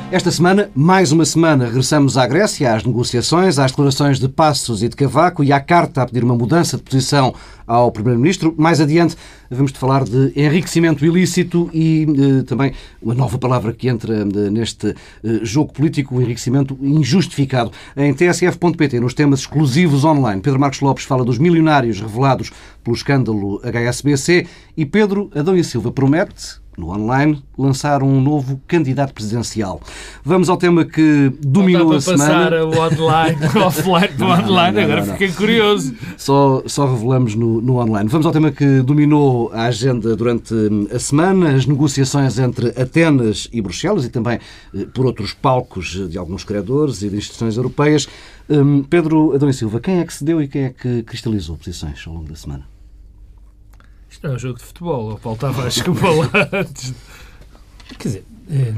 Esta semana, mais uma semana, regressamos à Grécia, às negociações, às declarações de Passos e de Cavaco e à carta a pedir uma mudança de posição ao Primeiro-Ministro. Mais adiante, vamos falar de enriquecimento ilícito e também uma nova palavra que entra neste jogo político, o enriquecimento injustificado. Em tsf.pt, nos temas exclusivos online, Pedro Marcos Lopes fala dos milionários revelados pelo escândalo HSBC e Pedro Adão e Silva promete, no online, lançar um novo candidato presidencial. Vamos ao tema que dominou a semana. Passar o online, o offline do online, agora fiquei curioso. Só revelamos no online. Vamos ao tema que dominou a agenda durante a semana, as negociações entre Atenas e Bruxelas e também por outros palcos de alguns credores e de instituições europeias. Pedro Adão e Silva, quem é que cedeu e quem é que cristalizou posições ao longo da semana? Isto não é um jogo de futebol, o Paulo Tavares que falar antes. Quer dizer,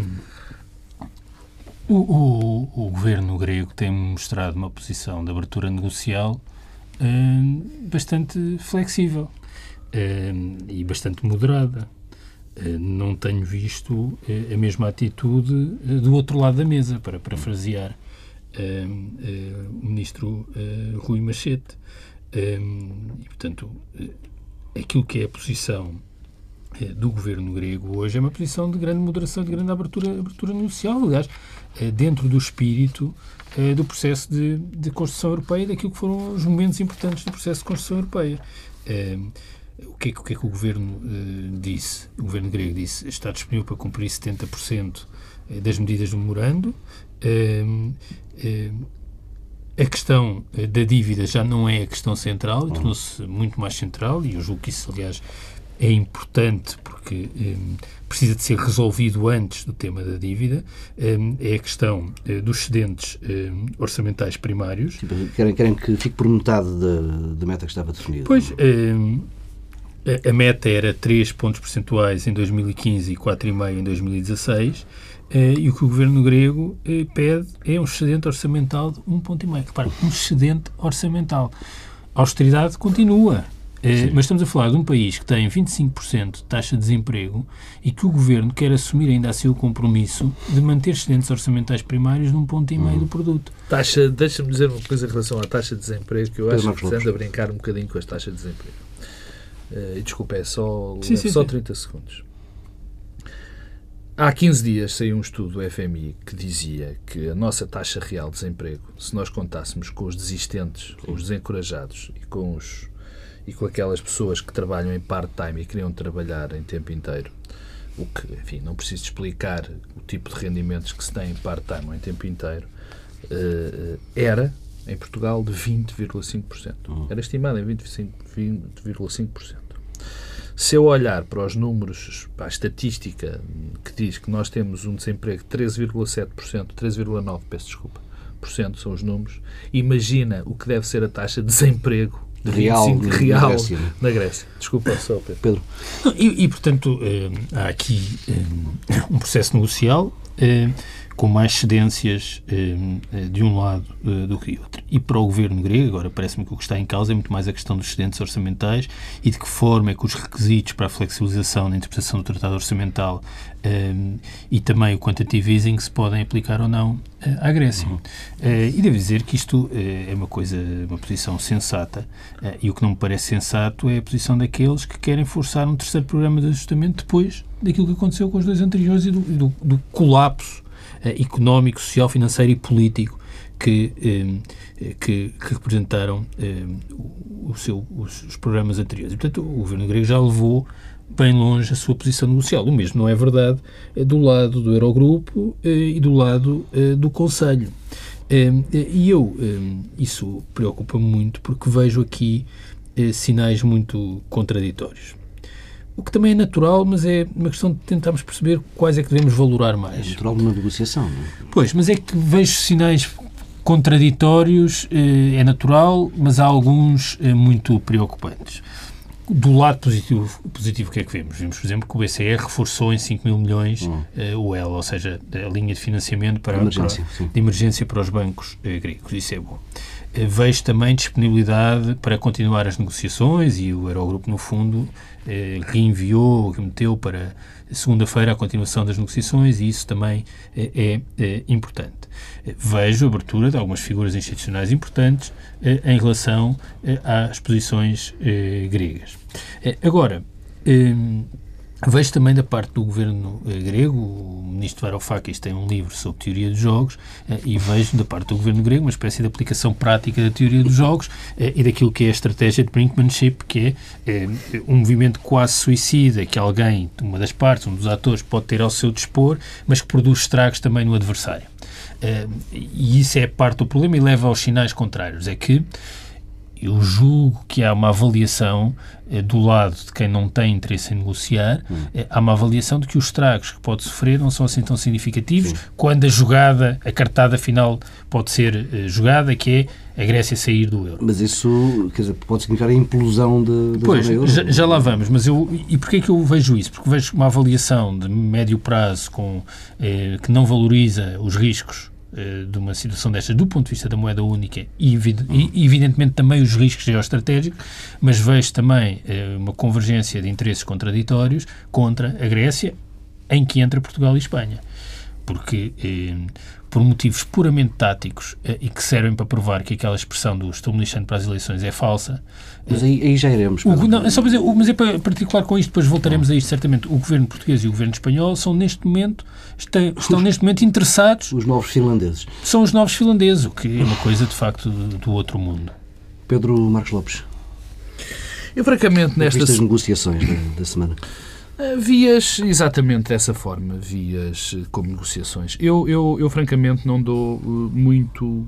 o governo grego tem mostrado uma posição de abertura negocial bastante flexível e bastante moderada. Não tenho visto a mesma atitude do outro lado da mesa, para parafrasear o ministro Rui Machete. E, portanto, aquilo que é a posição do governo grego hoje é uma posição de grande moderação, de grande abertura negocial, aliás, dentro do espírito do processo de construção europeia, daquilo que foram os momentos importantes do processo de construção europeia. O que é que o governo disse? O governo grego disse que está disponível para cumprir 70% das medidas do memorando. A questão da dívida já não é a questão central, tornou-se muito mais central e eu julgo que isso, aliás, é importante porque precisa de ser resolvido antes do tema da dívida. É a questão dos excedentes orçamentais primários. Tipo, querem que fique por metade da meta que estava definida. Pois, a meta era 3 pontos percentuais em 2015 e 4,5 em 2016. E o que o governo grego pede é um excedente orçamental de 1,5 ponto. Repara, um excedente orçamental. A austeridade continua. Mas estamos a falar de um país que tem 25% de taxa de desemprego e que o governo quer assumir ainda assim o compromisso de manter excedentes orçamentais primários de 1,5 ponto do produto. Deixa-me dizer uma coisa em relação à taxa de desemprego, que eu acho que anda a brincar um bocadinho com a taxa de desemprego. E desculpa, é só 30 segundos. Há 15 dias saiu um estudo do FMI que dizia que a nossa taxa real de desemprego, se nós contássemos com os desistentes, ou os desencorajados e com aquelas pessoas que trabalham em part-time e queriam trabalhar em tempo inteiro, o que, enfim, não preciso explicar o tipo de rendimentos que se tem em part-time ou em tempo inteiro, era, em Portugal, de 20,5%. Era estimado em 20,5%. Se eu olhar para os números, para a estatística que diz que nós temos um desemprego de 13,7%, 13,9%, peço desculpa, são os números, imagina o que deve ser a taxa de desemprego real na Grécia. Desculpa só, Pedro. E portanto, há aqui um processo negocial com mais cedências de um lado do que do outro. E para o governo grego, agora parece-me que o que está em causa é muito mais a questão dos excedentes orçamentais e de que forma é que os requisitos para a flexibilização na interpretação do tratado orçamental e também o quantitative easing se podem aplicar ou não à Grécia. E devo dizer que isto é uma posição sensata e o que não me parece sensato é a posição daqueles que querem forçar um terceiro programa de ajustamento depois daquilo que aconteceu com os dois anteriores e do colapso económico, social, financeiro e político que representaram os programas anteriores. E, portanto, o governo grego já levou bem longe a sua posição negocial. O mesmo não é verdade do lado do Eurogrupo e do lado do Conselho. Isso preocupa-me muito porque vejo aqui sinais muito contraditórios. O que também é natural, mas é uma questão de tentarmos perceber quais é que devemos valorar mais. É natural numa negociação, não é? Pois, mas é que vejo sinais contraditórios, é natural, mas há alguns muito preocupantes. Do lado positivo, o que é que vemos? Vemos, por exemplo, que o BCE reforçou em 5 mil milhões o ELA, ou seja, a linha de financiamento de emergência para os bancos gregos. Isso é bom. Vejo também disponibilidade para continuar as negociações e o Eurogrupo, no fundo, reenviou, remeteu para segunda-feira a continuação das negociações, e isso também é importante. Vejo a abertura de algumas figuras institucionais importantes em relação às posições gregas. Agora, vejo também da parte do governo grego, o ministro Varoufakis tem um livro sobre teoria dos jogos, e vejo da parte do governo grego uma espécie de aplicação prática da teoria dos jogos e daquilo que é a estratégia de brinkmanship, que é um movimento quase suicida, que alguém, uma das partes, um dos atores, pode ter ao seu dispor, mas que produz estragos também no adversário. E isso é parte do problema e leva aos sinais contrários. É que eu julgo que há uma avaliação do lado de quem não tem interesse em negociar, há uma avaliação de que os estragos que pode sofrer não são assim tão significativos. Sim. Quando a cartada final pode ser jogada, que é a Grécia sair do euro. Mas isso, quer dizer, pode significar a implosão da zona euro? Já lá vamos, mas e porquê é que eu vejo isso? Porque vejo uma avaliação de médio prazo que não valoriza os riscos de uma situação destas do ponto de vista da moeda única e evidentemente também os riscos geoestratégicos, mas vejo também uma convergência de interesses contraditórios contra a Grécia, em que entra Portugal e Espanha. Porque, por motivos puramente táticos e que servem para provar que aquela expressão do estou me lixando para as eleições é falsa. Mas aí já iremos. Mas é para particular com isto, depois voltaremos a isto certamente. O governo português e o governo espanhol estão neste momento interessados. Os novos finlandeses. São os novos finlandeses, o que é uma coisa de facto do outro mundo. Pedro Marcos Lopes. Eu francamente nestas negociações da semana. Vias exatamente dessa forma, vias como negociações. Eu francamente não dou muito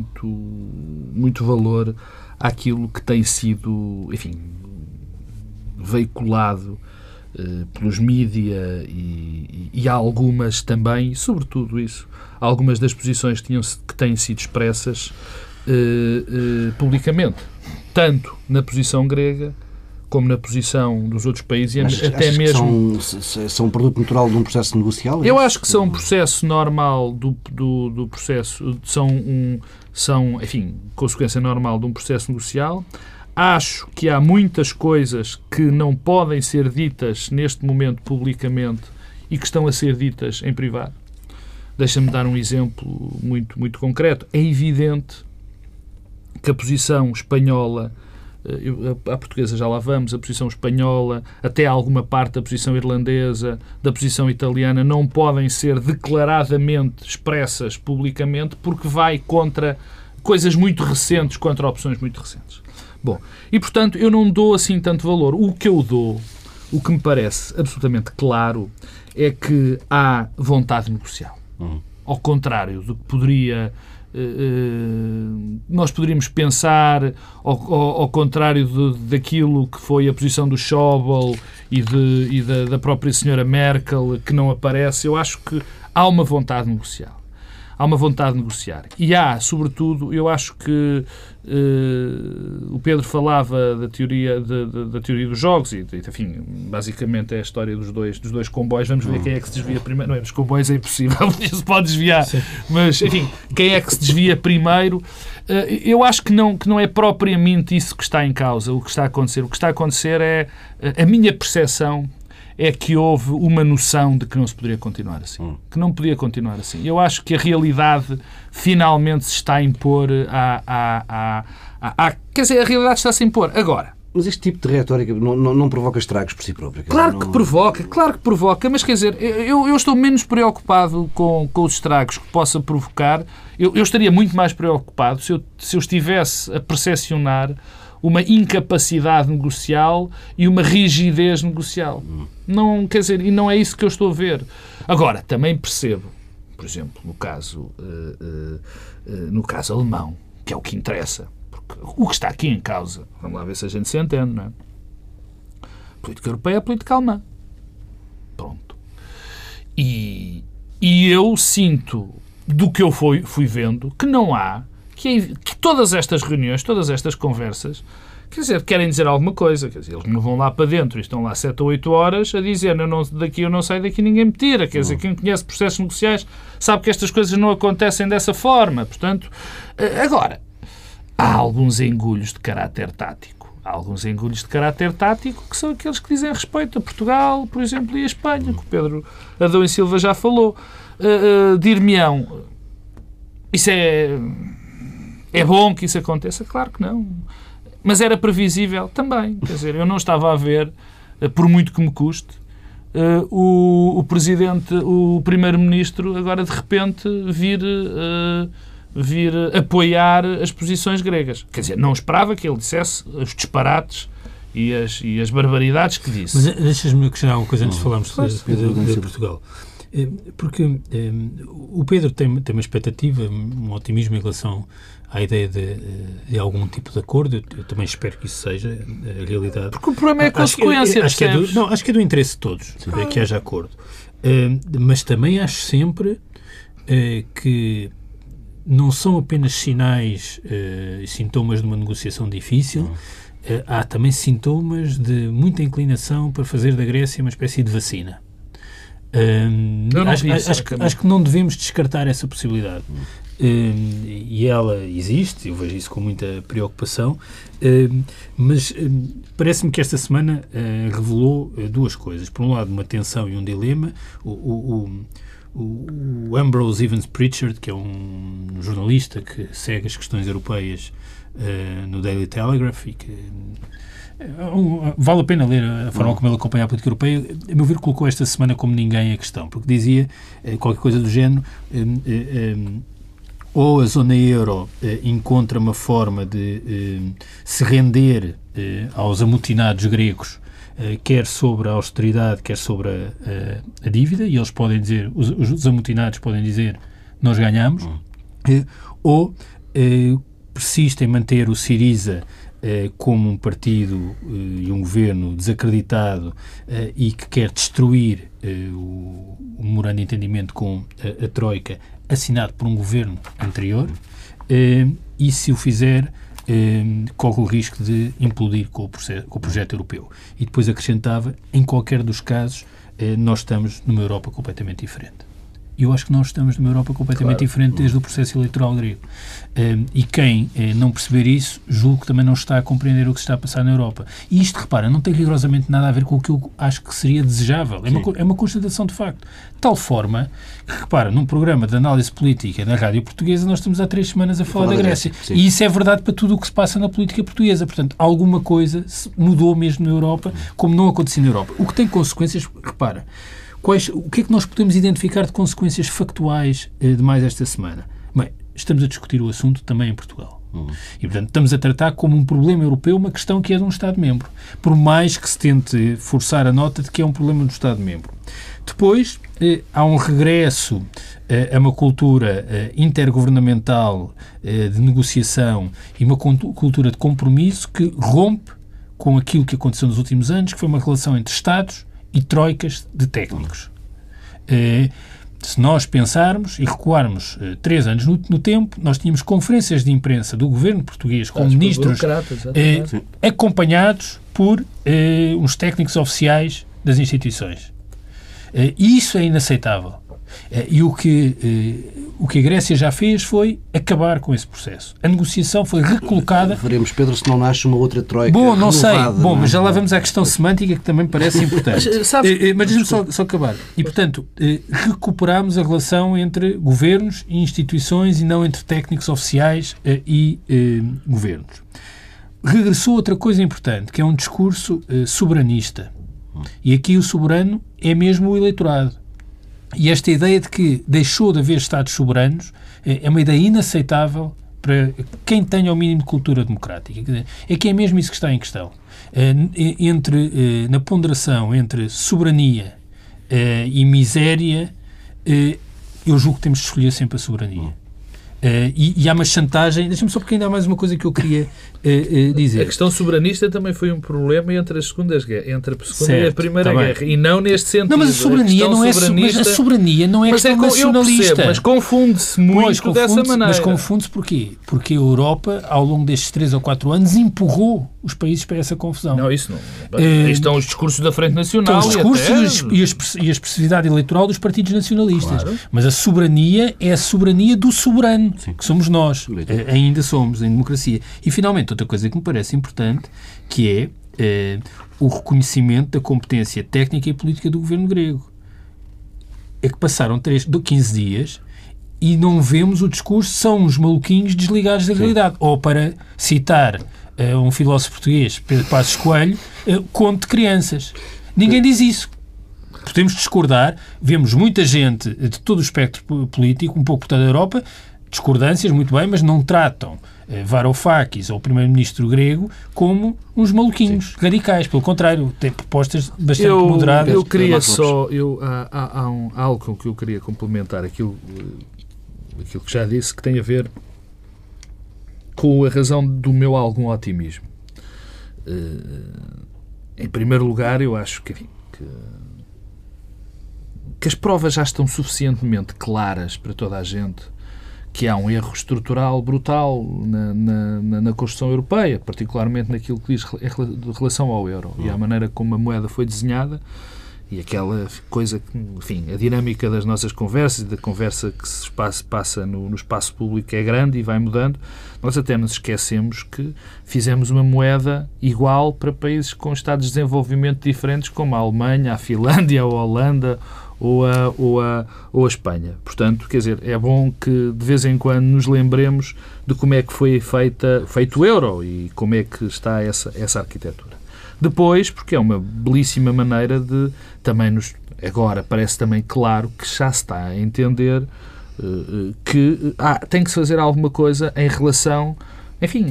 valor àquilo que tem sido, enfim, veiculado pelos mídia e algumas também, sobretudo isso, algumas das posições que têm sido expressas publicamente, tanto na posição grega como na posição dos outros países. Mas até mesmo são produto natural de um processo negocial? Eu acho que são um processo normal do processo, enfim, consequência normal de um processo negocial. Acho que há muitas coisas que não podem ser ditas neste momento publicamente e que estão a ser ditas em privado. Deixa-me dar um exemplo muito concreto. É evidente que a posição espanhola, a portuguesa já lá vamos, a posição espanhola, até alguma parte da posição irlandesa, da posição italiana, não podem ser declaradamente expressas publicamente porque vai contra coisas muito recentes, contra opções muito recentes. Bom, e portanto eu não dou assim tanto valor. O que eu dou, o que me parece absolutamente claro, é que há vontade negocial. Ao contrário do que nós poderíamos pensar, ao contrário daquilo que foi a posição do Schäuble e da própria senhora Merkel, que não aparece. Eu acho que há uma vontade negocial. Há uma vontade de negociar. E há, sobretudo, eu acho que o Pedro falava da teoria dos jogos e, enfim, basicamente é a história dos dois comboios. Vamos ver quem é que se desvia primeiro. Não é, dos comboios é impossível, se pode desviar. Sim. Mas, enfim, quem é que se desvia primeiro? Eu acho que não é propriamente isso que está em causa, o que está a acontecer. O que está a acontecer é a minha percepção é que houve uma noção de que não se poderia continuar assim. Que não podia continuar assim. Eu acho que a realidade finalmente se está a impor quer dizer, a realidade está-se a impor. Agora... Mas este tipo de retórica não provoca estragos por si próprio? Claro que provoca, mas quer dizer, eu estou menos preocupado com os estragos que possa provocar. Eu estaria muito mais preocupado se eu estivesse a percepcionar uma incapacidade negocial e uma rigidez negocial. Não, quer dizer, e não é isso que eu estou a ver. Agora, também percebo, por exemplo, no caso alemão, que é o que interessa, porque o que está aqui em causa, vamos lá ver se a gente se entende, não é? A política europeia é a política alemã. Pronto. E eu sinto, do que eu fui vendo, que não há, que todas estas reuniões, todas estas conversas, quer dizer, querem dizer alguma coisa. Quer dizer, eles não vão lá para dentro e estão lá 7 ou 8 horas a dizer daqui eu não saio, daqui ninguém me tira. Quer dizer, quem conhece processos negociais sabe que estas coisas não acontecem dessa forma. Portanto, agora, há alguns engulhos de caráter tático há alguns engulhos de caráter tático que são aqueles que dizem respeito a Portugal, por exemplo, e a Espanha, que o Pedro Adão e Silva já falou. Dir-me-ão, isso é bom que isso aconteça? Claro que não. Mas era previsível também. Quer dizer, eu não estava a ver, por muito que me custe, o Presidente, o Primeiro-Ministro, agora de repente vir apoiar as posições gregas. Quer dizer, não esperava que ele dissesse os disparates e as barbaridades que disse. Mas deixas-me questionar uma coisa antes de falarmos de Portugal. Porque o Pedro tem uma expectativa, um otimismo em relação à ideia de algum tipo de acordo. Eu também espero que isso seja a realidade. Porque o problema é a consequência. Acho que é do interesse de todos que haja acordo. Mas também acho sempre que não são apenas sinais e sintomas de uma negociação difícil. Há também sintomas de muita inclinação para fazer da Grécia uma espécie de vacina. Acho que não devemos descartar essa possibilidade. E ela existe, eu vejo isso com muita preocupação, mas parece-me que esta semana revelou duas coisas. Por um lado, uma tensão e um dilema. O Ambrose Evans Pritchard, que é um jornalista que segue as questões europeias no Daily Telegraph e que vale a pena ler a forma como ele acompanha a política europeia. A meu ver, colocou esta semana como ninguém a questão, porque dizia qualquer coisa do género, ou a zona euro encontra uma forma de se render aos amotinados gregos, quer sobre a austeridade, quer sobre a dívida, e eles podem dizer, os amotinados podem dizer, nós ganhamos, ou persiste em manter o Syriza como um partido e um governo desacreditado e que quer destruir o memorando de entendimento com a Troika, assinado por um governo anterior, e se o fizer, corre o risco de implodir com o projeto europeu. E depois acrescentava, em qualquer dos casos, nós estamos numa Europa completamente diferente. E eu acho que nós estamos numa Europa completamente diferente desde o processo eleitoral grego. E quem não perceber isso, julgo que também não está a compreender o que se está a passar na Europa. E isto, repara, não tem rigorosamente nada a ver com o que eu acho que seria desejável. É uma constatação de facto. De tal forma que, repara, num programa de análise política na rádio portuguesa, nós estamos há 3 semanas a falar da Grécia. E isso é verdade para tudo o que se passa na política portuguesa. Portanto, alguma coisa mudou mesmo na Europa, como não aconteceu na Europa. O que tem consequências, repara, o que é que nós podemos identificar de consequências factuais de mais esta semana? Bem, estamos a discutir o assunto também em Portugal. E, portanto, estamos a tratar como um problema europeu uma questão que é de um Estado-membro, por mais que se tente forçar a nota de que é um problema do Estado-membro. Depois, há um regresso a uma cultura intergovernamental de negociação e uma cultura de compromisso que rompe com aquilo que aconteceu nos últimos anos, que foi uma relação entre Estados e troicas de técnicos. Se nós pensarmos e recuarmos 3 anos no tempo, nós tínhamos conferências de imprensa do governo português com ministros acompanhados por uns técnicos oficiais das instituições. E isso é inaceitável. E o que a Grécia já fez foi acabar com esse processo. A negociação foi recolocada... Veremos, Pedro, se não nasce uma outra troika Bom, não sei. Bom, mas já lá vamos à questão semântica, que também parece importante. Mas deixa-me só acabar. E, portanto, recuperámos a relação entre governos e instituições e não entre técnicos oficiais e governos. Regressou outra coisa importante, que é um discurso soberanista. E aqui o soberano é mesmo o eleitorado. E esta ideia de que deixou de haver Estados soberanos é uma ideia inaceitável para quem tenha o mínimo de cultura democrática. É que é mesmo isso que está em questão. Na ponderação entre soberania e miséria, eu julgo que temos de escolher sempre a soberania. E há uma chantagem... Deixa-me só, porque ainda há mais uma coisa que eu queria dizer. A questão soberanista também foi um problema entre a Segunda e a Primeira Guerra. E não neste sentido. Não, mas a soberania não é questão nacionalista. Mas confunde-se muito dessa maneira. Mas confunde-se porquê? Porque a Europa, ao longo destes 3 ou 4 anos, empurrou os países para essa confusão. Não, isso não. Aí estão os discursos da Frente Nacional. Estão os discursos e a expressividade eleitoral dos partidos nacionalistas. Claro. Mas a soberania é a soberania do soberano. mundo, que somos nós. Ainda somos, em democracia. E, finalmente, outra coisa que me parece importante, que é o reconhecimento da competência técnica e política do governo grego. É que passaram 15 dias e não vemos o discurso, são uns maluquinhos desligados da realidade. Ou, para citar um filósofo português, Pedro Passos Coelho, conto de crianças. Ninguém diz isso. Podemos discordar, vemos muita gente de todo o espectro político, um pouco por toda a Europa, discordâncias, muito bem, mas não tratam Varoufakis ou o primeiro-ministro grego como uns maluquinhos radicais. Pelo contrário, têm propostas bastante moderadas. Eu queria só... Há algo que eu queria complementar, aquilo que já disse, que tem a ver com a razão do meu algum otimismo. Em primeiro lugar, eu acho que as provas já estão suficientemente claras para toda a gente que há um erro estrutural brutal na Constituição Europeia, particularmente naquilo que diz de relação ao euro e à maneira como a moeda foi desenhada e aquela coisa que, enfim, a dinâmica das nossas conversas e da conversa que se passa no espaço público é grande e vai mudando. Nós até nos esquecemos que fizemos uma moeda igual para países com estados de desenvolvimento diferentes, como a Alemanha, a Finlândia, a Holanda ou a Espanha. Portanto, quer dizer, é bom que de vez em quando nos lembremos de como é que foi feito o euro e como é que está essa arquitetura. Depois, porque é uma belíssima maneira de também agora parece também claro que já se está a entender que tem que se fazer alguma coisa em relação, enfim,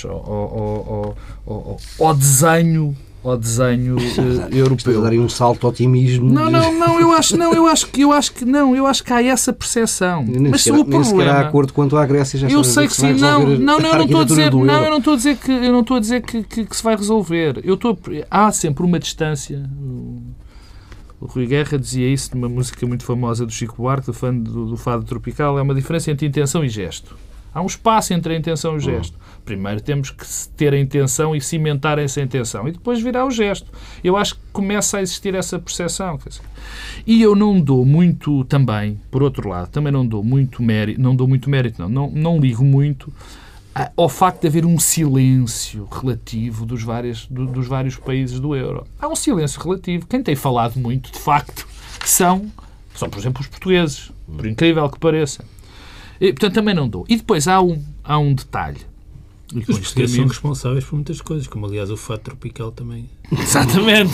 ao desenho europeu. Estou a dar um salto de otimismo. Eu acho que há essa percepção. Mas o problema, nem sequer há acordo quanto à Grécia. Já eu sei que sim. Eu não estou a dizer que se vai resolver. Há sempre uma distância. O Rui Guerra dizia isso numa música muito famosa do Chico Buarque, do fã do fado tropical. É uma diferença entre intenção e gesto. Há um espaço entre a intenção e o gesto. Primeiro temos que ter a intenção e cimentar essa intenção. E depois virá o gesto. Eu acho que começa a existir essa percepção. E eu não dou muito também, por outro lado, também não dou muito mérito, não ligo muito ao facto de haver um silêncio relativo dos vários países do euro. Há um silêncio relativo. Quem tem falado muito, de facto, são, por exemplo, os portugueses, por incrível que pareça. E, portanto, também não dou. E depois há um detalhe. Os portugueses são responsáveis por muitas coisas, como aliás o fado tropical também. Exatamente.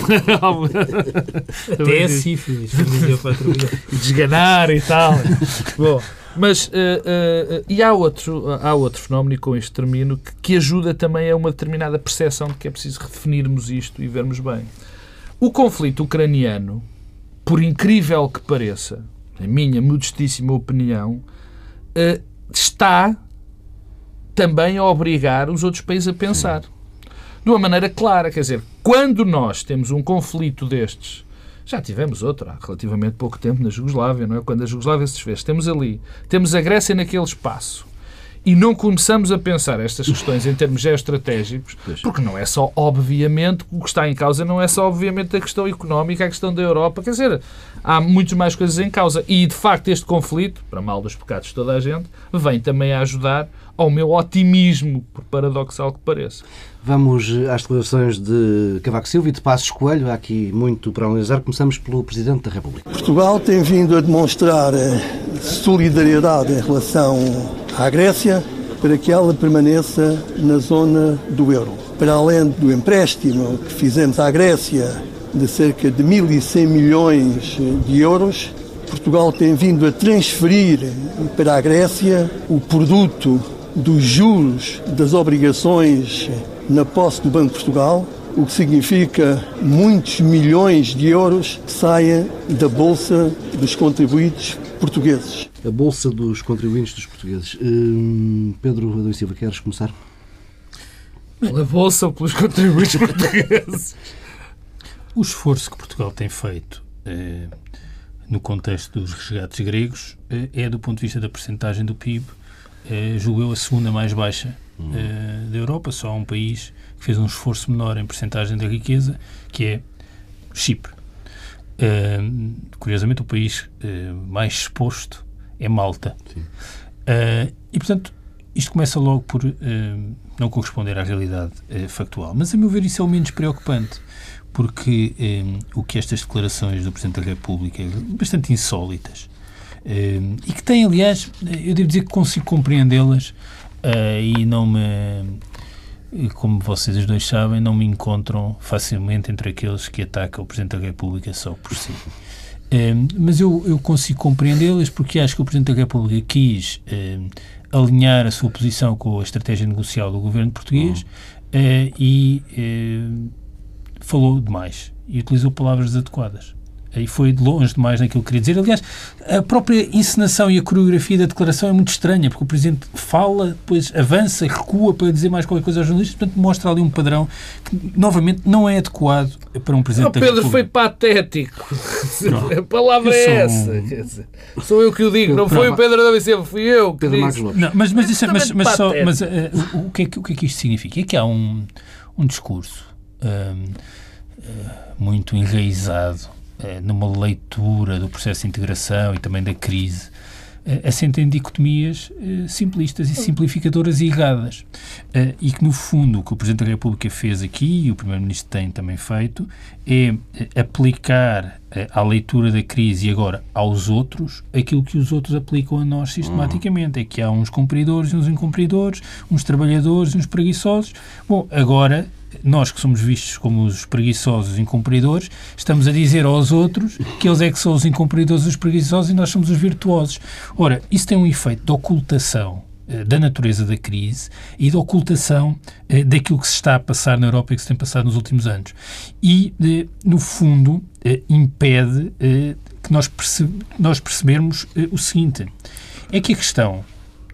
Até é sífilis, e desganar e tal. Bom, mas e há outro fenómeno, e com isto termino, que ajuda também a uma determinada percepção de que é preciso redefinirmos isto e vermos bem. O conflito ucraniano, por incrível que pareça, na minha modestíssima opinião, está também a obrigar os outros países a pensar. De uma maneira clara, quer dizer, quando nós temos um conflito destes, já tivemos outro há relativamente pouco tempo na Jugoslávia, não é? Quando a Jugoslávia se desfez, temos a Grécia naquele espaço e não começamos a pensar estas questões em termos geoestratégicos, porque não é só, obviamente, o que está em causa não é só, obviamente, a questão económica, a questão da Europa, quer dizer, há muitas mais coisas em causa. E, de facto, este conflito, para mal dos pecados de toda a gente, vem também a ajudar ao meu otimismo, por paradoxal que pareça. Vamos às declarações de Cavaco Silva e de Passos Coelho. Há aqui muito para analisar. Começamos pelo Presidente da República. Portugal tem vindo a demonstrar solidariedade em relação à Grécia para que ela permaneça na zona do euro. Para além do empréstimo que fizemos à Grécia de cerca de 1.100 milhões de euros, Portugal tem vindo a transferir para a Grécia o produto dos juros das obrigações na posse do Banco de Portugal, o que significa muitos milhões de euros que saem da Bolsa dos contribuintes portugueses. A Bolsa dos contribuintes dos portugueses. Pedro Adão e Silva, queres começar? Pela Bolsa ou pelos contribuintes portugueses? O esforço que Portugal tem feito no contexto dos resgates gregos é, do ponto de vista da percentagem do PIB, julgo eu, a segunda mais baixa da Europa. Só há um país que fez um esforço menor em percentagem da riqueza, que é Chipre. Curiosamente, o país mais exposto é Malta. E, portanto, isto começa logo por não corresponder à realidade factual. Mas, a meu ver, isso é o menos preocupante, porque o que estas declarações do Presidente da República, bastante insólitas, e que têm, aliás, eu devo dizer que consigo compreendê-las e não me... Como vocês os dois sabem, não me encontram facilmente entre aqueles que atacam o Presidente da República só por si. Mas eu consigo compreendê-las porque acho que o Presidente da República quis alinhar a sua posição com a estratégia negocial do governo português e falou demais e utilizou palavras desadequadas. E foi de longe demais naquilo que queria dizer. Aliás, a própria encenação e a coreografia da declaração é muito estranha, porque o Presidente fala, depois avança e recua para dizer mais qualquer coisa aos jornalistas, portanto mostra ali um padrão que, novamente, não é adequado para um Presidente da República. Pedro foi patético. A palavra é essa. Quer dizer, sou eu que o digo, não foi o Pedro da Vicema, fui eu. Pedro Marcos Lopes. Não, o que é que isto significa? É que há um discurso muito enraizado numa leitura do processo de integração e também da crise, assenta em dicotomias simplistas e simplificadoras e erradas. E que, no fundo, o que o Presidente da República fez aqui, e o Primeiro-Ministro tem também feito, é aplicar à leitura da crise e agora aos outros aquilo que os outros aplicam a nós sistematicamente. É que há uns cumpridores e uns incumpridores, uns trabalhadores e uns preguiçosos. Bom, agora... nós que somos vistos como os preguiçosos e incumpridores, estamos a dizer aos outros que eles é que são os incumpridores e os preguiçosos e nós somos os virtuosos. Ora, isso tem um efeito de ocultação da natureza da crise e de ocultação daquilo que se está a passar na Europa e que se tem passado nos últimos anos. E, no fundo, impede que nós percebermos o seguinte, é que a questão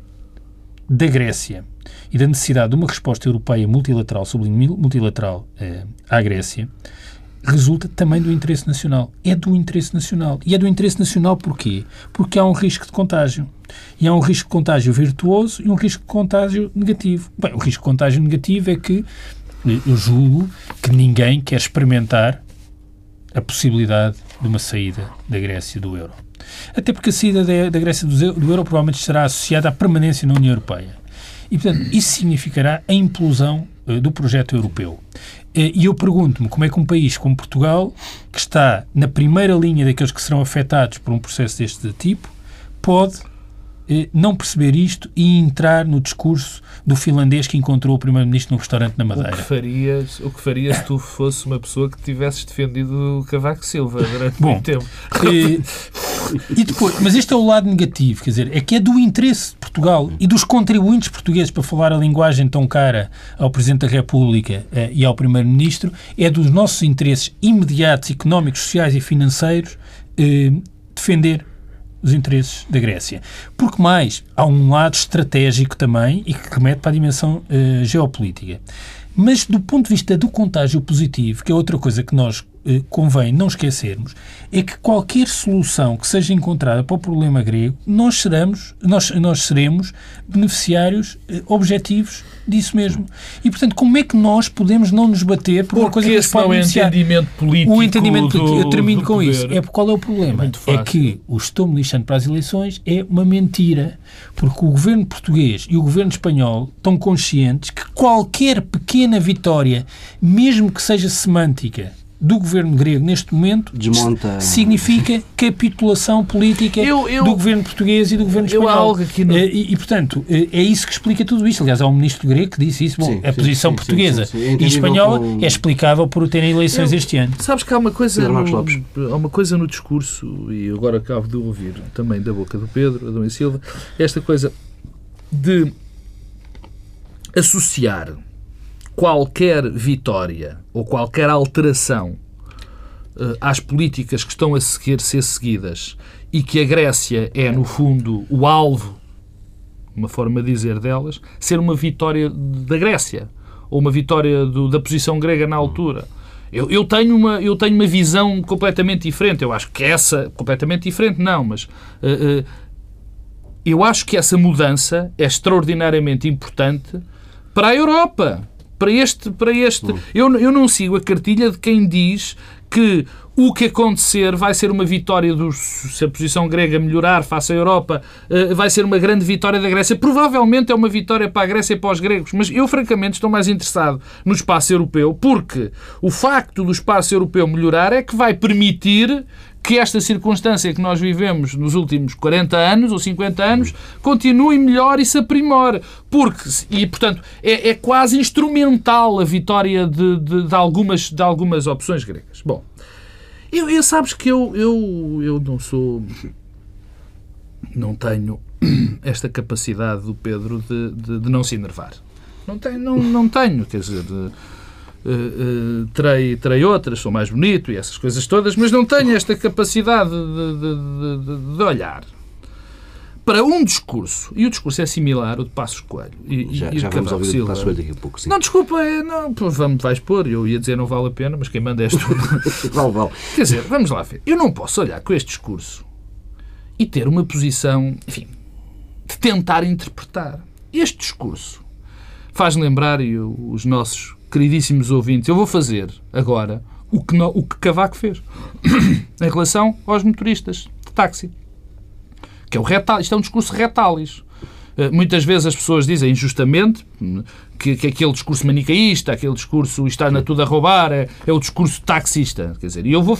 da Grécia e da necessidade de uma resposta europeia multilateral, sublinho multilateral, à Grécia, resulta também do interesse nacional. É do interesse nacional. E é do interesse nacional porquê? Porque há um risco de contágio. E há um risco de contágio virtuoso e um risco de contágio negativo. Bem, o risco de contágio negativo é que eu julgo que ninguém quer experimentar a possibilidade de uma saída da Grécia do euro. Até porque a saída da Grécia do euro provavelmente estará associada à permanência na União Europeia. E, portanto, isso significará a implosão do projeto europeu. E eu pergunto-me como é que um país como Portugal, que está na primeira linha daqueles que serão afetados por um processo deste tipo, pode não perceber isto e entrar no discurso do finlandês que encontrou o Primeiro-Ministro no restaurante na Madeira. O que farias se tu fosse uma pessoa que tivesses defendido o Cavaco Silva durante muito tempo? E depois, mas este é o lado negativo, quer dizer, é que é do interesse de Portugal e dos contribuintes portugueses, para falar a linguagem tão cara ao Presidente da República e ao Primeiro-Ministro, é dos nossos interesses imediatos, económicos, sociais e financeiros, defender os interesses da Grécia. Porque mais, há um lado estratégico também e que remete para a dimensão geopolítica. Mas do ponto de vista do contágio positivo, que é outra coisa que nós convém não esquecermos, é que qualquer solução que seja encontrada para o problema grego, nós seremos beneficiários objetivos disso mesmo. E, portanto, como é que nós podemos não nos bater por uma coisa que nos pode beneficiar? Entendimento político. O entendimento político. Eu termino com isso. Qual é o problema? É que o estou-me lixando para as eleições é uma mentira. Porque o governo português e o governo espanhol estão conscientes que qualquer pequena vitória, mesmo que seja semântica, do governo grego neste momento significa capitulação política do governo português e do governo espanhol. E, portanto, é isso que explica tudo isto. Aliás, há um ministro grego que disse isso. Bom, a posição portuguesa e espanhola é explicável por terem eleições este ano. Sabes que há uma coisa no discurso, e agora acabo de ouvir também da boca do Pedro Adão e Silva, esta coisa de associar qualquer vitória ou qualquer alteração às políticas que estão a ser seguidas e que a Grécia é, no fundo, o alvo, uma forma de dizer delas, ser uma vitória da Grécia ou uma vitória da posição grega na altura. Eu tenho uma visão completamente diferente. Eu acho que essa, completamente diferente, não, mas eu acho que essa mudança é extraordinariamente importante para a Europa. Para este. Eu não sigo a cartilha de quem diz que o que acontecer vai ser uma vitória se a posição grega melhorar face à Europa, vai ser uma grande vitória da Grécia. Provavelmente é uma vitória para a Grécia e para os gregos, mas eu francamente estou mais interessado no espaço europeu, porque o facto do espaço europeu melhorar é que vai permitir que esta circunstância que nós vivemos nos últimos 40 anos ou 50 anos continue melhor e se aprimore. Portanto, é quase instrumental a vitória de algumas opções gregas. Bom, sabes que eu não tenho esta capacidade do Pedro de não se enervar. Não tenho, quer dizer... terei outras, sou mais bonito e essas coisas todas, mas não tenho esta capacidade de olhar para um discurso, e o discurso é similar ao de Passos Coelho e já vamos ouvir o de Passos Coelho daqui a pouco, sim. Não, desculpa, vais pôr, eu ia dizer não vale a pena, mas quem manda és tu. Vale. Quer dizer, vamos lá ver, eu não posso olhar com este discurso e ter uma posição, enfim, de tentar interpretar. Este discurso faz lembrar, e os nossos queridíssimos ouvintes, eu vou fazer agora o que Cavaco fez em relação aos motoristas de táxi. Que é isto é um discurso retális. Muitas vezes as pessoas dizem injustamente que aquele discurso manicaísta, aquele discurso está na tudo a roubar, é o discurso taxista. Quer dizer, e eu vou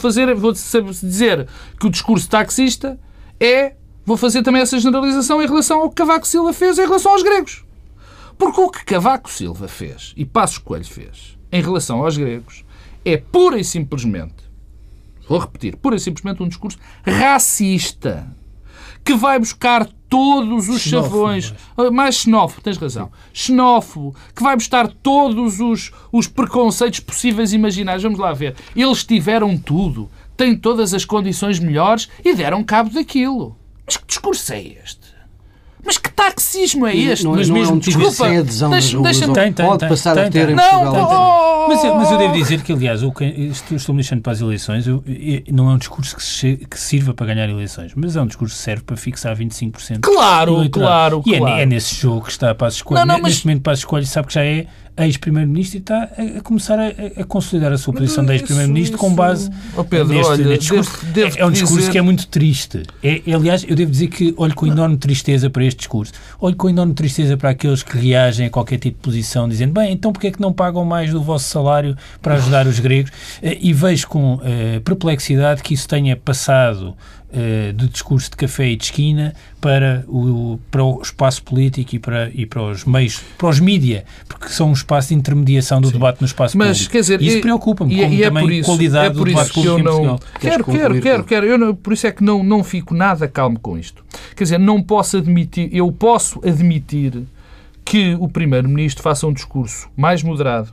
dizer que o discurso taxista vou fazer também essa generalização em relação ao que Cavaco Silva fez em relação aos gregos. Porque o que Cavaco Silva fez e Passos Coelho fez em relação aos gregos é pura e simplesmente, vou repetir, pura e simplesmente um discurso racista que vai buscar todos os chavões, mais xenófobo, tens razão, xenófobo, que vai buscar todos os preconceitos possíveis e imaginários. Vamos lá ver. Eles tiveram tudo, têm todas as condições melhores e deram cabo daquilo. Mas que discurso é este? Mas que taxismo é este? Mas mesmo, é um discurso sem adesão nas ruas, pode passar a ter em Portugal. Mas eu devo dizer que, aliás, estou-me deixando para as eleições, não é um discurso que sirva para ganhar eleições, mas é um discurso que serve para fixar 25%. Claro. E é nesse jogo que está Passos Coelho. Neste momento, Passos Coelho sabe que já é ex-primeiro-ministro e está a começar a consolidar a sua posição de ex-primeiro-ministro com base neste discurso. É um discurso que é muito triste. Aliás, eu devo dizer que olho com enorme tristeza para este discurso. Olho com enorme tristeza para aqueles que reagem a qualquer tipo de posição, dizendo, bem, então porque é que não pagam mais do vosso salário para ajudar os gregos? E vejo com perplexidade que isso tenha passado de discurso de café e de esquina para o espaço político e para os meios, para os mídia, porque são um espaço de intermediação do debate no espaço público. Quer dizer, isso preocupa-me, como também a qualidade do debate público em Portugal. Quero. Por isso é que não fico nada calmo com isto. Quer dizer, eu posso admitir que o Primeiro-Ministro faça um discurso mais moderado,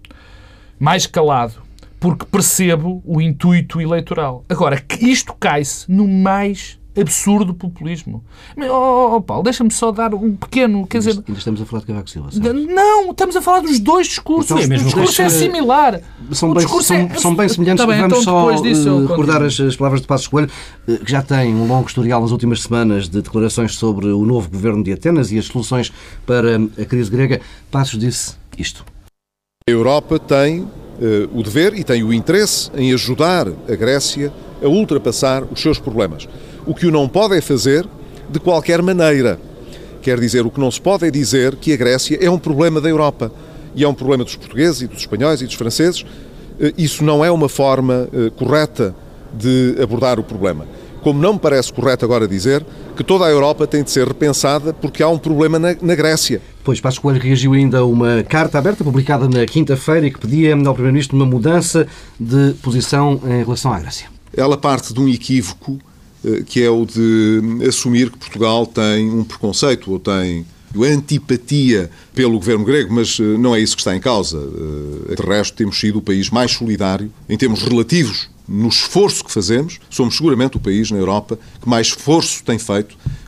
mais calado, porque percebo o intuito eleitoral. Agora, que isto cai-se no mais absurdo populismo. Paulo, deixa-me só dar um pequeno... Quer dizer, ainda estamos a falar de Cavaco Silva, sabes? Não, estamos a falar dos dois discursos. Então, o discurso é similar. São bem semelhantes. Vamos só recordar as palavras de Passos Coelho, que já tem um longo historial nas últimas semanas de declarações sobre o novo governo de Atenas e as soluções para a crise grega. Passos disse isto. A Europa tem o dever e tem o interesse em ajudar a Grécia a ultrapassar os seus problemas. O que o não pode é fazer de qualquer maneira. Quer dizer, o que não se pode é dizer que a Grécia é um problema da Europa e é um problema dos portugueses e dos espanhóis e dos franceses. Isso não é uma forma correta de abordar o problema. Como não me parece correto agora dizer que toda a Europa tem de ser repensada porque há um problema na Grécia. Pois, Passos Coelho reagiu ainda a uma carta aberta publicada na quinta-feira e que pedia ao Primeiro-Ministro uma mudança de posição em relação à Grécia. Ela parte de um equívoco que é o de assumir que Portugal tem um preconceito ou tem antipatia pelo governo grego, mas não é isso que está em causa. De resto, temos sido o país mais solidário em termos relativos no esforço que fazemos. Somos seguramente o país na Europa que mais esforço tem feito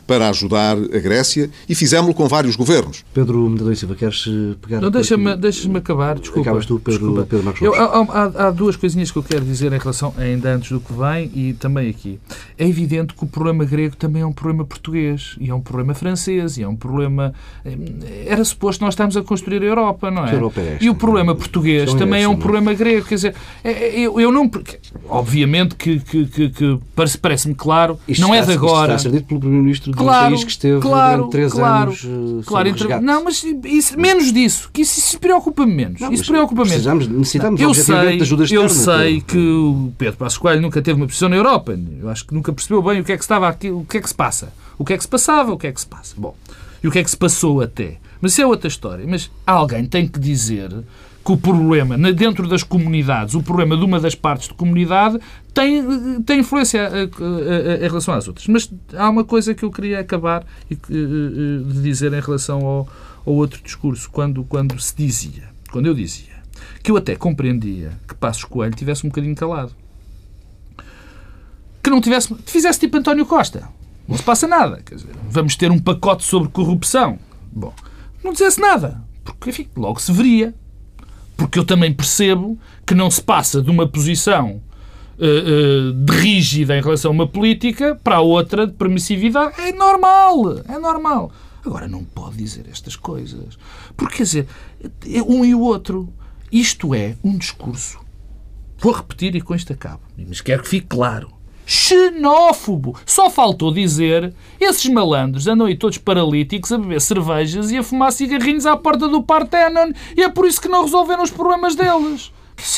para ajudar a Grécia e fizemos-lo com vários governos. Pedro Medeiros Silva, queres pegar... Não, deixa-me acabar, desculpa. Acabas tu, Pedro Marcos Lopes. Há duas coisinhas que eu quero dizer em relação, ainda antes do que vem e também aqui. É evidente que o problema grego também é um problema português, e é um problema francês, e é um problema... Era suposto nós estarmos a construir a Europa, não é? Que Europa é esta? E o problema português também é um problema grego, quer dizer, eu não... Obviamente que parece-me claro, não é de agora... Está a ser dito pelo Primeiro-Ministro de um país que esteve durante 3 anos sob resgate. Não, mas menos disso, que isso preocupa-me menos. Não, isso preocupa menos. Necessitamos objetivamente de ajuda externa. Eu sei que o Pedro Passos Coelho nunca teve uma posição na Europa. Eu acho que nunca percebeu bem o que é que estava aqui, o que é que se passa. O que é que se passava, o que é que se passa. Bom, e o que é que se passou até. Mas isso é outra história. Mas alguém tem que dizer que o problema, dentro das comunidades, o problema de uma das partes de comunidade tem influência em relação às outras. Mas há uma coisa que eu queria acabar de dizer em relação ao outro discurso, quando eu dizia, que eu até compreendia que Passos Coelho tivesse um bocadinho calado. Que não fizesse tipo António Costa. Não se passa nada. Quer dizer, vamos ter um pacote sobre corrupção. Bom, não dissesse nada. Porque, enfim, logo se veria. Porque eu também percebo que não se passa de uma posição de rígida em relação a uma política para a outra de permissividade. É normal. Agora, não pode dizer estas coisas. Porque, quer dizer, um e o outro. Isto é um discurso. Vou repetir e com isto acabo. Mas quero que fique claro. Xenófobo. Só faltou dizer esses malandros andam aí todos paralíticos a beber cervejas e a fumar cigarrinhos à porta do Parthenon e é por isso que não resolveram os problemas deles.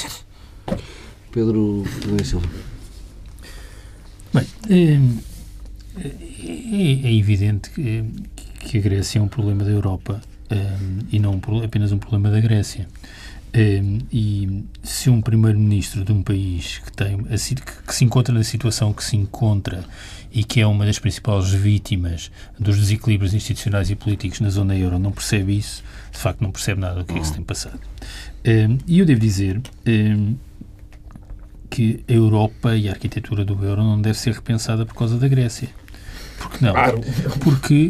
Pedro Silva. Bem, é evidente que a Grécia é um problema da Europa e não apenas um problema da Grécia. E se um primeiro-ministro de um país que se encontra na situação que se encontra e que é uma das principais vítimas dos desequilíbrios institucionais e políticos na zona euro não percebe isso, de facto não percebe nada do que é que se tem passado. E eu devo dizer que a Europa e a arquitetura do euro não deve ser repensada por causa da Grécia. Porque não? Porque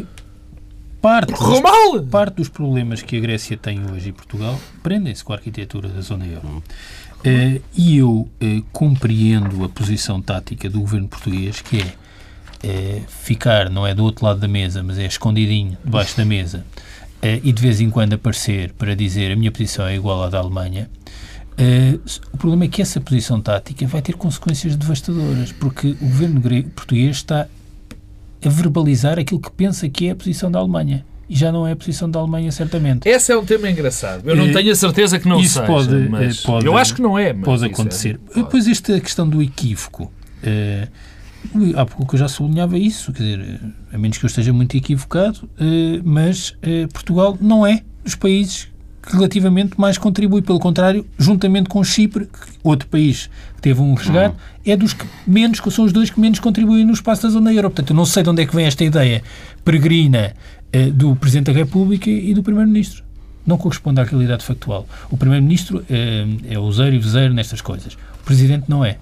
parte dos problemas que a Grécia tem hoje e Portugal prendem-se com a arquitetura da zona euro. E eu compreendo a posição tática do governo português, que é ficar, não é do outro lado da mesa, mas é escondidinho debaixo da mesa, e de vez em quando aparecer para dizer a minha posição é igual à da Alemanha. O problema é que essa posição tática vai ter consequências devastadoras, porque o governo português está a verbalizar aquilo que pensa que é a posição da Alemanha. E já não é a posição da Alemanha, certamente. Esse é um tema engraçado. Eu não tenho a certeza que não isso seja, mas eu acho que não é. Mas pode acontecer. Depois esta questão do equívoco. Há pouco eu já sublinhava isso, quer dizer, a menos que eu esteja muito equivocado, mas Portugal não é dos países que relativamente mais contribui. Pelo contrário, juntamente com Chipre, outro país que teve um resgate, é dos que menos, são os dois que menos contribuem no espaço da zona euro. Portanto, eu não sei de onde é que vem esta ideia peregrina do Presidente da República e do Primeiro-Ministro. Não corresponde à realidade factual. O Primeiro-Ministro é useiro e vezeiro nestas coisas. O Presidente não é.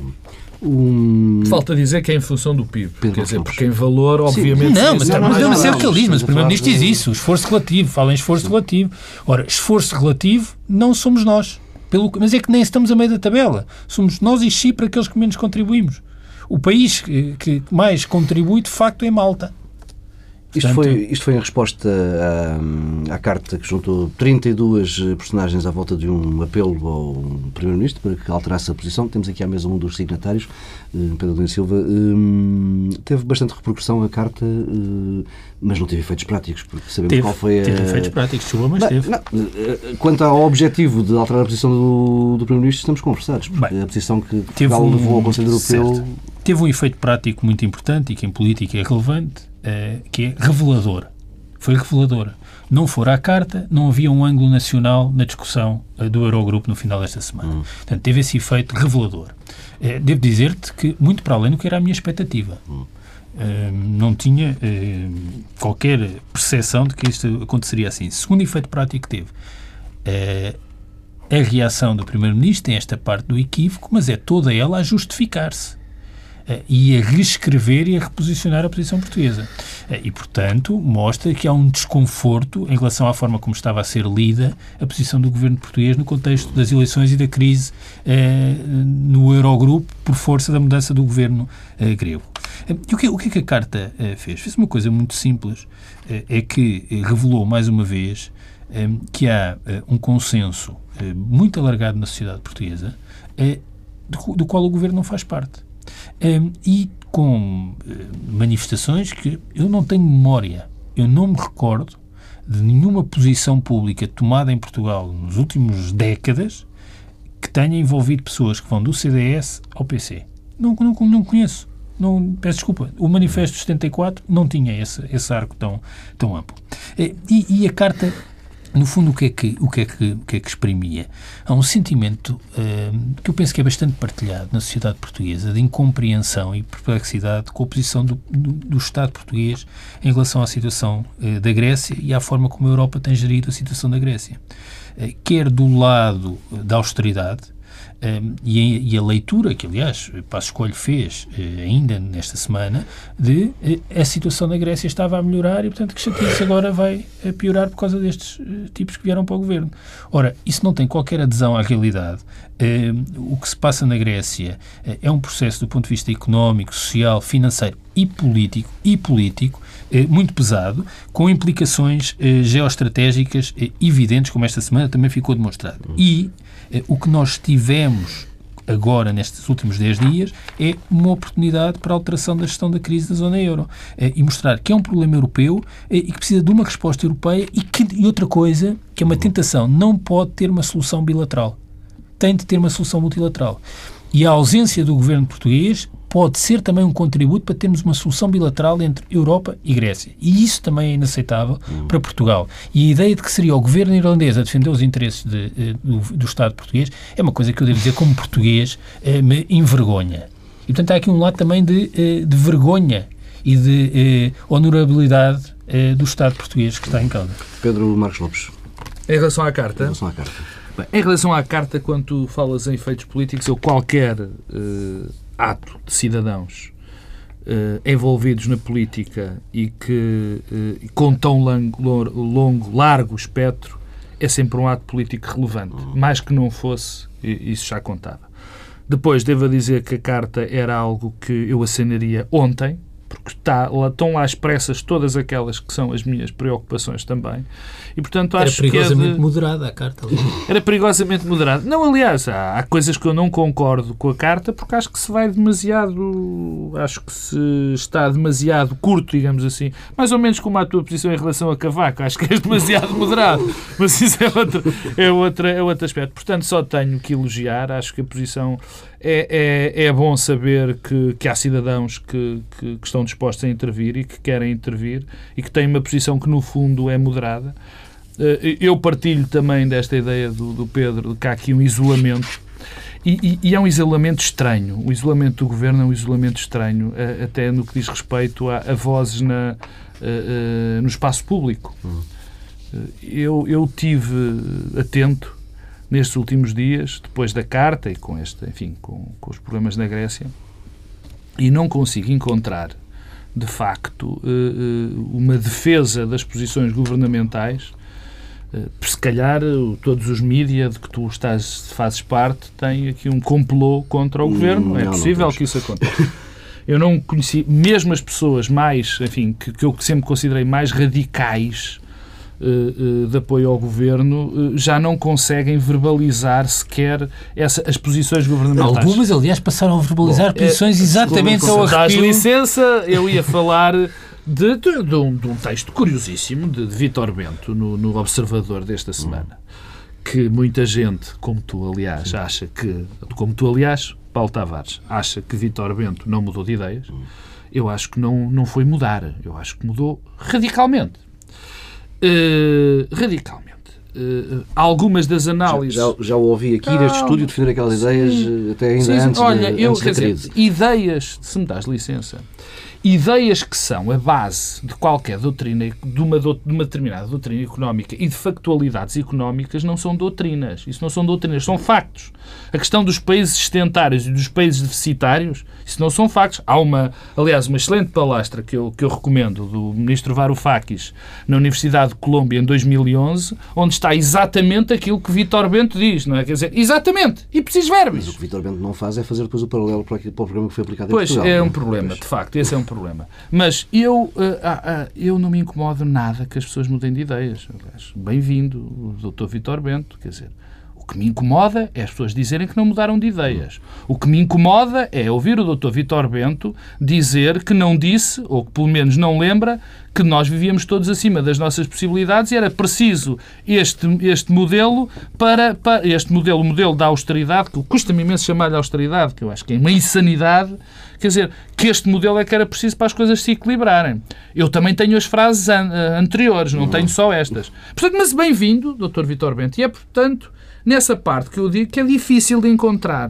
Falta dizer que é em função do PIB. Quer dizer, porque em valor, obviamente... Não, mas é o que ele diz, mas o Primeiro-Ministro diz isso, o esforço relativo, fala em esforço relativo. Ora, esforço relativo não somos nós, mas é que nem estamos a meio da tabela. Somos nós e Chipre aqueles que menos contribuímos. O país que mais contribui, de facto, é Malta. Isto foi em resposta à carta que juntou 32 personagens à volta de um apelo ao Primeiro-Ministro para que alterasse a posição. Temos aqui à mesa um dos signatários, Pedro Domingos Silva. Teve bastante repercussão a carta, mas não teve efeitos práticos, porque sabemos qual foi a... Teve efeitos práticos, chuva, mas teve. Não, quanto ao objetivo de alterar a posição do Primeiro-Ministro, estamos conversados, porque a posição que Portugal levou ao Conselho Europeu... Certo. Teve um efeito prático muito importante e que em política é relevante, que é revelador. Foi revelador. Não fora a carta, não havia um ângulo nacional na discussão do Eurogrupo no final desta semana. Portanto, teve esse efeito revelador. Devo dizer-te que muito para além do que era a minha expectativa. Não tinha qualquer percepção de que isto aconteceria assim. Segundo efeito prático que teve, a reação do Primeiro-Ministro tem esta parte do equívoco, mas é toda ela a justificar-se. e a reescrever e a reposicionar a posição portuguesa. E, portanto, mostra que há um desconforto em relação à forma como estava a ser lida a posição do governo português no contexto das eleições e da crise no Eurogrupo por força da mudança do governo grego. E o que é que a Carta fez? Fez uma coisa muito simples, é que revelou mais uma vez que há um consenso muito alargado na sociedade portuguesa do qual o governo não faz parte. E com manifestações que eu não tenho memória, eu não me recordo de nenhuma posição pública tomada em Portugal nos últimos décadas que tenha envolvido pessoas que vão do CDS ao PC. Não conheço. Não, peço desculpa. O Manifesto de 74 não tinha esse arco tão amplo. E a Carta, no fundo, o que é que exprimia? Há um sentimento que eu penso que é bastante partilhado na sociedade portuguesa de incompreensão e perplexidade com a posição do Estado português em relação à situação da Grécia e à forma como a Europa tem gerido a situação da Grécia. Quer do lado da austeridade, e a leitura que, aliás, Passos Coelho fez ainda nesta semana, de a situação da Grécia estava a melhorar e, portanto, que chatice agora vai piorar por causa destes tipos que vieram para o governo. Ora, isso não tem qualquer adesão à realidade. O que se passa na Grécia é um processo do ponto de vista económico, social, financeiro e político muito pesado, com implicações geoestratégicas evidentes, como esta semana também ficou demonstrado. E o que nós tivemos agora, nestes últimos 10 dias, é uma oportunidade para a alteração da gestão da crise da zona euro e mostrar que é um problema europeu e que precisa de uma resposta europeia e outra coisa, que é uma tentação, não pode ter uma solução bilateral. Tem de ter uma solução multilateral. E a ausência do governo português pode ser também um contributo para termos uma solução bilateral entre Europa e Grécia. E isso também é inaceitável para Portugal. E a ideia de que seria o governo irlandês a defender os interesses do Estado português é uma coisa que eu devo dizer, como português, me envergonha. E, portanto, há aqui um lado também de vergonha e de honorabilidade do Estado português que está em causa. Pedro Marcos Lopes. Em relação à Carta... Bem, em relação à Carta, quando tu falas em efeitos políticos, ou qualquer ato de cidadãos envolvidos na política e que com tão largo espectro, é sempre um ato político relevante. Mais que não fosse, isso já contava. Depois, devo dizer que a Carta era algo que eu assinaria ontem, porque estão lá expressas todas aquelas que são as minhas preocupações também. E, portanto, acho que era perigosamente moderada a Carta. Era perigosamente moderada. Não, aliás, há coisas que eu não concordo com a Carta, porque acho que se vai demasiado... Acho que se está demasiado curto, digamos assim. Mais ou menos como a tua posição em relação a Cavaco. Acho que és demasiado moderado. Mas isso é outro aspecto. Portanto, só tenho que elogiar. Acho que a posição... É bom saber que há cidadãos que estão dispostos a intervir e que querem intervir e que têm uma posição que, no fundo, é moderada. Eu partilho também desta ideia do Pedro, de que há aqui um isolamento. E é um isolamento estranho. O isolamento do governo é um isolamento estranho, até no que diz respeito a vozes no espaço público. Eu tive atento nestes últimos dias, depois da Carta e com os problemas na Grécia, e não consigo encontrar, de facto, uma defesa das posições governamentais. Se calhar todos os mídias de que tu fazes parte têm aqui um complô contra o governo. É possível que isso aconteça. Eu não conheci, mesmo as pessoas mais, que eu sempre considerei mais radicais de apoio ao governo, já não conseguem verbalizar sequer as posições governamentais. Algumas, aliás, passaram a verbalizar posições exatamente ao arrepio. Dás licença, eu ia falar de um texto curiosíssimo de Vítor Bento no Observador desta semana, que muita gente, como tu, aliás, Paulo Tavares, acha que Vítor Bento não mudou de ideias. Eu acho que não foi mudar. Eu acho que mudou radicalmente. Algumas das análises... Já o ouvi aqui neste estúdio defender aquelas ideias até ainda antes da crise. Ideias, se me dás licença, ideias que são a base de qualquer doutrina, de uma determinada doutrina económica e de factualidades económicas, não são doutrinas. Isso não são doutrinas, são factos. A questão dos países sedentários e dos países deficitários, isso não são factos. Há aliás, uma excelente palestra que eu recomendo do ministro Varoufakis na Universidade de Colômbia em 2011, onde está exatamente aquilo que Vítor Bento diz, não é? Quer dizer, exatamente, e precisos verbos. Mas o que Vítor Bento não faz é fazer depois o paralelo para o programa que foi aplicado em Portugal. Pois, é um problema, de facto, esse é um problema. Mas eu não me incomodo nada que as pessoas mudem de ideias. Bem-vindo, o Dr. Vítor Bento, quer dizer, o que me incomoda é as pessoas dizerem que não mudaram de ideias. O que me incomoda é ouvir o Dr. Vítor Bento dizer que não disse, ou que pelo menos não lembra, que nós vivíamos todos acima das nossas possibilidades e era preciso este modelo o modelo da austeridade, que custa-me imenso chamar-lhe austeridade, que eu acho que é uma insanidade, quer dizer, que este modelo é que era preciso para as coisas se equilibrarem. Eu também tenho as frases anteriores, não tenho só estas. Portanto, mas bem-vindo, Dr. Vítor Bento, e é, portanto, nessa parte que eu digo que é difícil de encontrar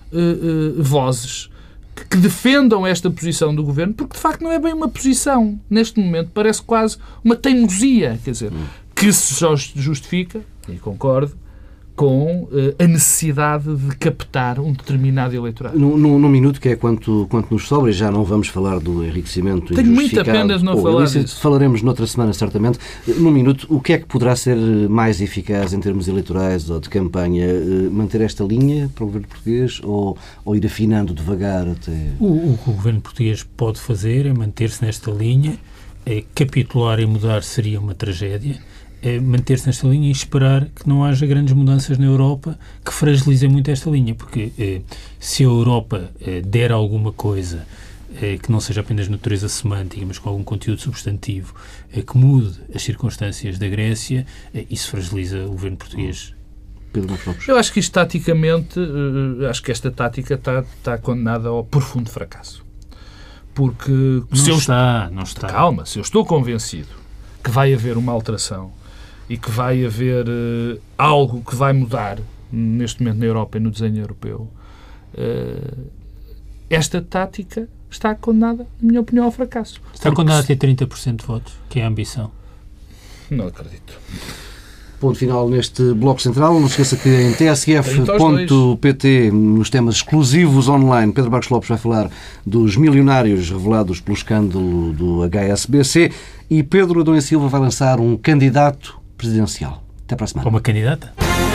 vozes que defendam esta posição do Governo, porque de facto não é bem uma posição. Neste momento parece quase uma teimosia, quer dizer, que se justifica, e concordo, com a necessidade de captar um determinado eleitorado. Num minuto, que é quanto nos sobra, e já não vamos falar do enriquecimento Tenho muita pena de não falar disso. Falaremos noutra semana, certamente. Num minuto, o que é que poderá ser mais eficaz em termos eleitorais ou de campanha? Manter esta linha para o governo português ou ir afinando devagar até... O que o governo português pode fazer é manter-se nesta linha. Capitular e mudar seria uma tragédia. Manter-se nesta linha e esperar que não haja grandes mudanças na Europa que fragilizem muito esta linha, porque se a Europa der alguma coisa que não seja apenas natureza semântica, mas com algum conteúdo substantivo, que mude as circunstâncias da Grécia, isso fragiliza o governo português. Eu acho que isto taticamente, acho que esta tática está condenada ao profundo fracasso. Porque não está. Calma, se eu estou convencido que vai haver uma alteração e que vai haver algo que vai mudar neste momento na Europa e no desenho europeu, esta tática está condenada, na minha opinião, ao fracasso. Está condenada a ter 30% de votos, que é a ambição. Não acredito. Ponto final neste Bloco Central. Não se esqueça que em tsf.pt, nos temas exclusivos online, Pedro Marcos Lopes vai falar dos milionários revelados pelo escândalo do HSBC e Pedro Adão e Silva vai lançar um candidato presidencial. Até para a semana. Ou uma candidata?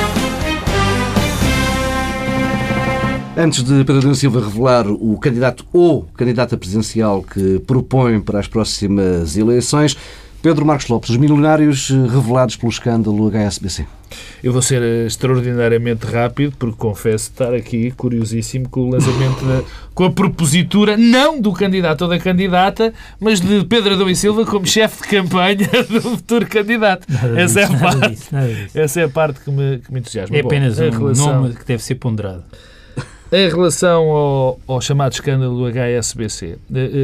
Antes de Pedro Adão e Silva revelar o candidato ou candidata presidencial que propõe para as próximas eleições, Pedro Marcos Lopes, os milionários revelados pelo escândalo HSBC. Eu vou ser extraordinariamente rápido, porque confesso estar aqui curiosíssimo com o lançamento, com a propositura, não do candidato ou da candidata, mas de Pedro Adão e Silva como chefe de campanha do futuro candidato. Essa é a parte que me entusiasma. É apenas um nome que deve ser ponderado. Em relação ao chamado escândalo do HSBC,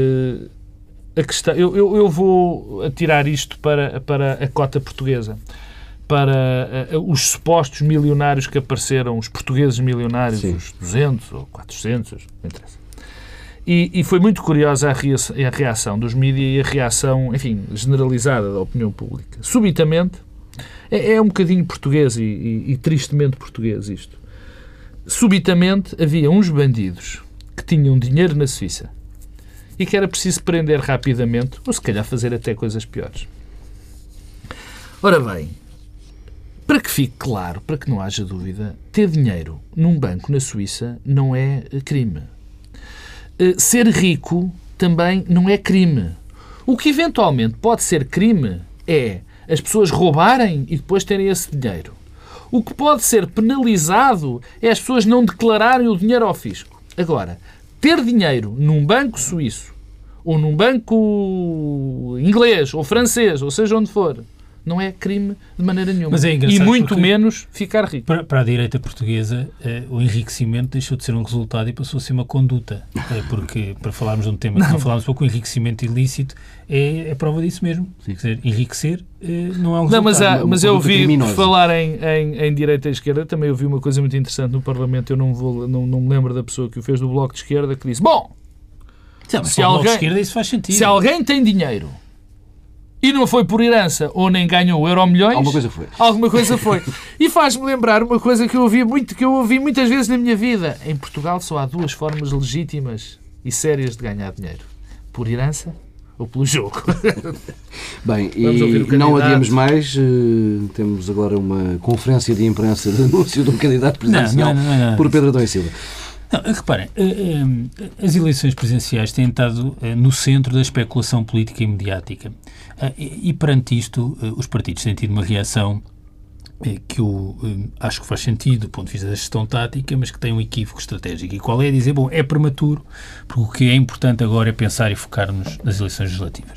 a questão, eu vou atirar isto para a cota portuguesa, para os supostos milionários que apareceram, os portugueses milionários, sim, os 200 ou 400, não interessa. E foi muito curiosa a reação dos mídias e a reação, enfim, generalizada da opinião pública. Subitamente, é um bocadinho português e tristemente português isto. Subitamente havia uns bandidos que tinham dinheiro na Suíça e que era preciso prender rapidamente, ou se calhar fazer até coisas piores. Ora bem, para que fique claro, para que não haja dúvida, ter dinheiro num banco na Suíça não é crime. Ser rico também não é crime. O que eventualmente pode ser crime é as pessoas roubarem e depois terem esse dinheiro. O que pode ser penalizado é as pessoas não declararem o dinheiro ao fisco. Agora, ter dinheiro num banco suíço, ou num banco inglês, ou francês, ou seja onde for, não é crime de maneira nenhuma. Mas é engraçado, e muito menos ficar rico. Para a direita portuguesa, o enriquecimento deixou de ser um resultado e passou a ser uma conduta. Porque, para falarmos de um tema que não falámos pouco, o enriquecimento ilícito é prova disso mesmo. Quer dizer, enriquecer não é um resultado. Mas eu ouvi, por falar em direita e esquerda, também ouvi uma coisa muito interessante no Parlamento. Eu não me lembro da pessoa que o fez do Bloco de Esquerda, que disse: bom, Se alguém, esquerda, isso faz sentido. Se alguém tem dinheiro e não foi por herança ou nem ganhou Euromilhões, alguma coisa foi. E faz-me lembrar uma coisa que eu ouvi muitas vezes na minha vida. Em Portugal só há 2 formas legítimas e sérias de ganhar dinheiro: por herança ou pelo jogo. Bem, e não adiamos mais. Temos agora uma conferência de imprensa de anúncio de um candidato presidencial por Pedro Adão e Silva. Não, reparem, as eleições presidenciais têm estado no centro da especulação política e mediática. E perante isto, os partidos têm tido uma reação que eu acho que faz sentido do ponto de vista da gestão tática, mas que tem um equívoco estratégico. E qual é? Dizer, bom, é prematuro, porque o que é importante agora é pensar e focar-nos nas eleições legislativas.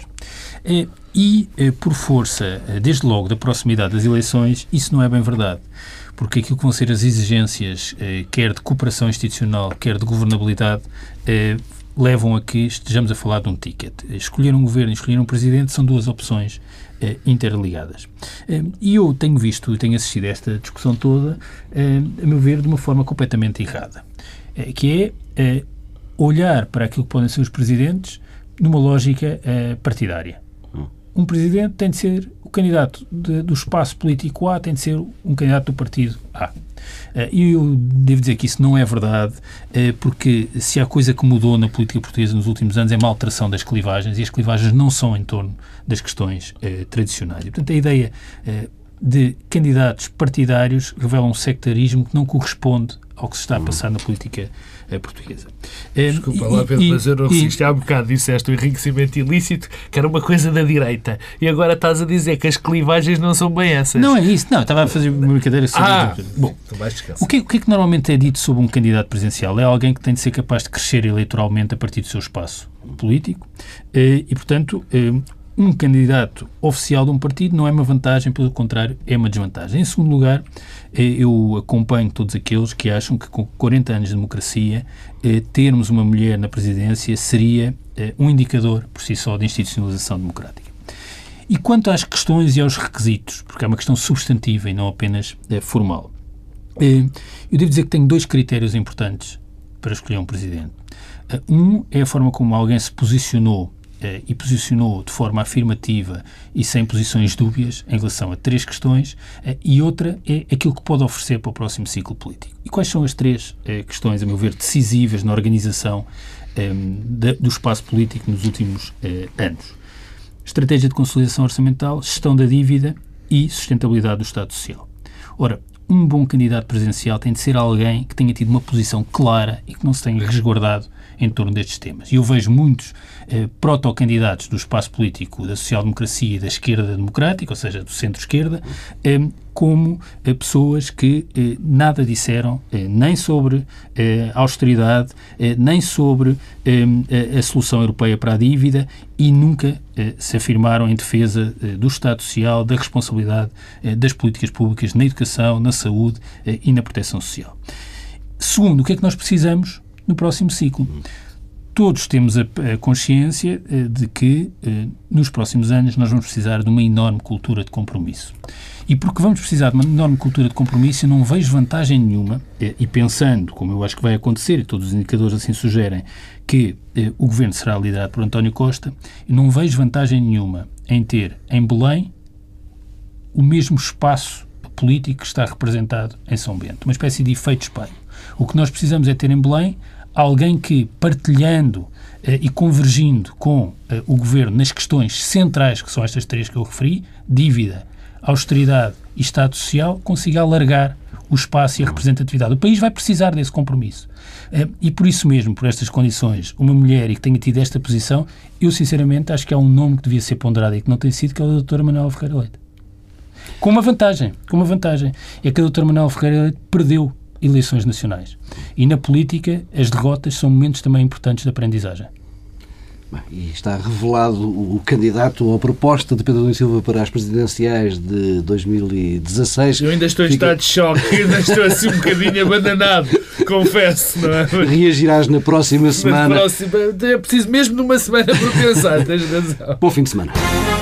Por força, desde logo, da proximidade das eleições, isso não é bem verdade. Porque aquilo que vão ser as exigências, quer de cooperação institucional, quer de governabilidade, levam a que estejamos a falar de um ticket. Escolher um governo e escolher um presidente são 2 opções interligadas. E eu tenho visto e tenho assistido a esta discussão toda, a meu ver, de uma forma completamente errada, que é olhar para aquilo que podem ser os presidentes numa lógica partidária. Um presidente tem de ser o candidato do espaço político A, tem de ser um candidato do partido A. E eu devo dizer que isso não é verdade, porque se há coisa que mudou na política portuguesa nos últimos anos é uma alteração das clivagens, e as clivagens não são em torno das questões tradicionais. E, portanto, a ideia de candidatos partidários revela um sectarismo que não corresponde ao que se está a passar na política portuguesa. Desculpa lá, Pedro, mas eu não resisti. Há bocado disseste o enriquecimento ilícito, que era uma coisa da direita, e agora estás a dizer que as clivagens não são bem essas. Não é isso, não, estava a fazer uma brincadeira sobre... Bom, o que é que normalmente é dito sobre um candidato presidencial? É alguém que tem de ser capaz de crescer eleitoralmente a partir do seu espaço político e, portanto, um candidato oficial de um partido não é uma vantagem, pelo contrário, é uma desvantagem. Em segundo lugar, eu acompanho todos aqueles que acham que com 40 anos de democracia, termos uma mulher na presidência seria um indicador, por si só, de institucionalização democrática. E quanto às questões e aos requisitos, porque é uma questão substantiva e não apenas formal, eu devo dizer que tenho 2 critérios importantes para escolher um presidente. Um é a forma como alguém se posicionou e posicionou de forma afirmativa e sem posições dúbias em relação a 3 questões, e outra é aquilo que pode oferecer para o próximo ciclo político. E quais são as 3 questões, a meu ver, decisivas na organização do espaço político nos últimos anos? Estratégia de consolidação orçamental, gestão da dívida e sustentabilidade do Estado Social. Ora, um bom candidato presidencial tem de ser alguém que tenha tido uma posição clara e que não se tenha resguardado em torno destes temas. E eu vejo muitos protocandidatos do espaço político da social-democracia e da esquerda democrática, ou seja, do centro-esquerda, como pessoas que nada disseram nem sobre austeridade, nem sobre a solução europeia para a dívida, e nunca se afirmaram em defesa do Estado Social, da responsabilidade das políticas públicas na educação, na saúde e na proteção social. Segundo, o que é que nós precisamos no próximo ciclo? Todos temos a consciência de que nos próximos anos nós vamos precisar de uma enorme cultura de compromisso. E porque vamos precisar de uma enorme cultura de compromisso, eu não vejo vantagem nenhuma, e pensando, como eu acho que vai acontecer, e todos os indicadores assim sugerem, que o governo será liderado por António Costa, eu não vejo vantagem nenhuma em ter em Belém o mesmo espaço político que está representado em São Bento, uma espécie de efeito espelho. O que nós precisamos é ter em Belém alguém que, partilhando e convergindo com o governo nas questões centrais, que são estas 3 que eu referi, dívida, austeridade e Estado Social, consiga alargar o espaço e a representatividade. O país vai precisar desse compromisso. E por isso mesmo, por estas condições, uma mulher e que tenha tido esta posição, eu sinceramente acho que há um nome que devia ser ponderado e que não tem sido, que é a doutora Manuela Ferreira Leite. Com uma vantagem. É que a doutora Manuela Ferreira Leite perdeu eleições nacionais. E na política, as derrotas são momentos também importantes de aprendizagem. Bem, e está revelado o candidato ou a proposta de Pedro Adão e Silva para as presidenciais de 2016. Eu ainda estou em estado de choque, ainda estou assim um bocadinho abandonado, confesso, não é? Reagirás na próxima semana. É preciso mesmo de uma semana para pensar, tens razão. Bom fim de semana.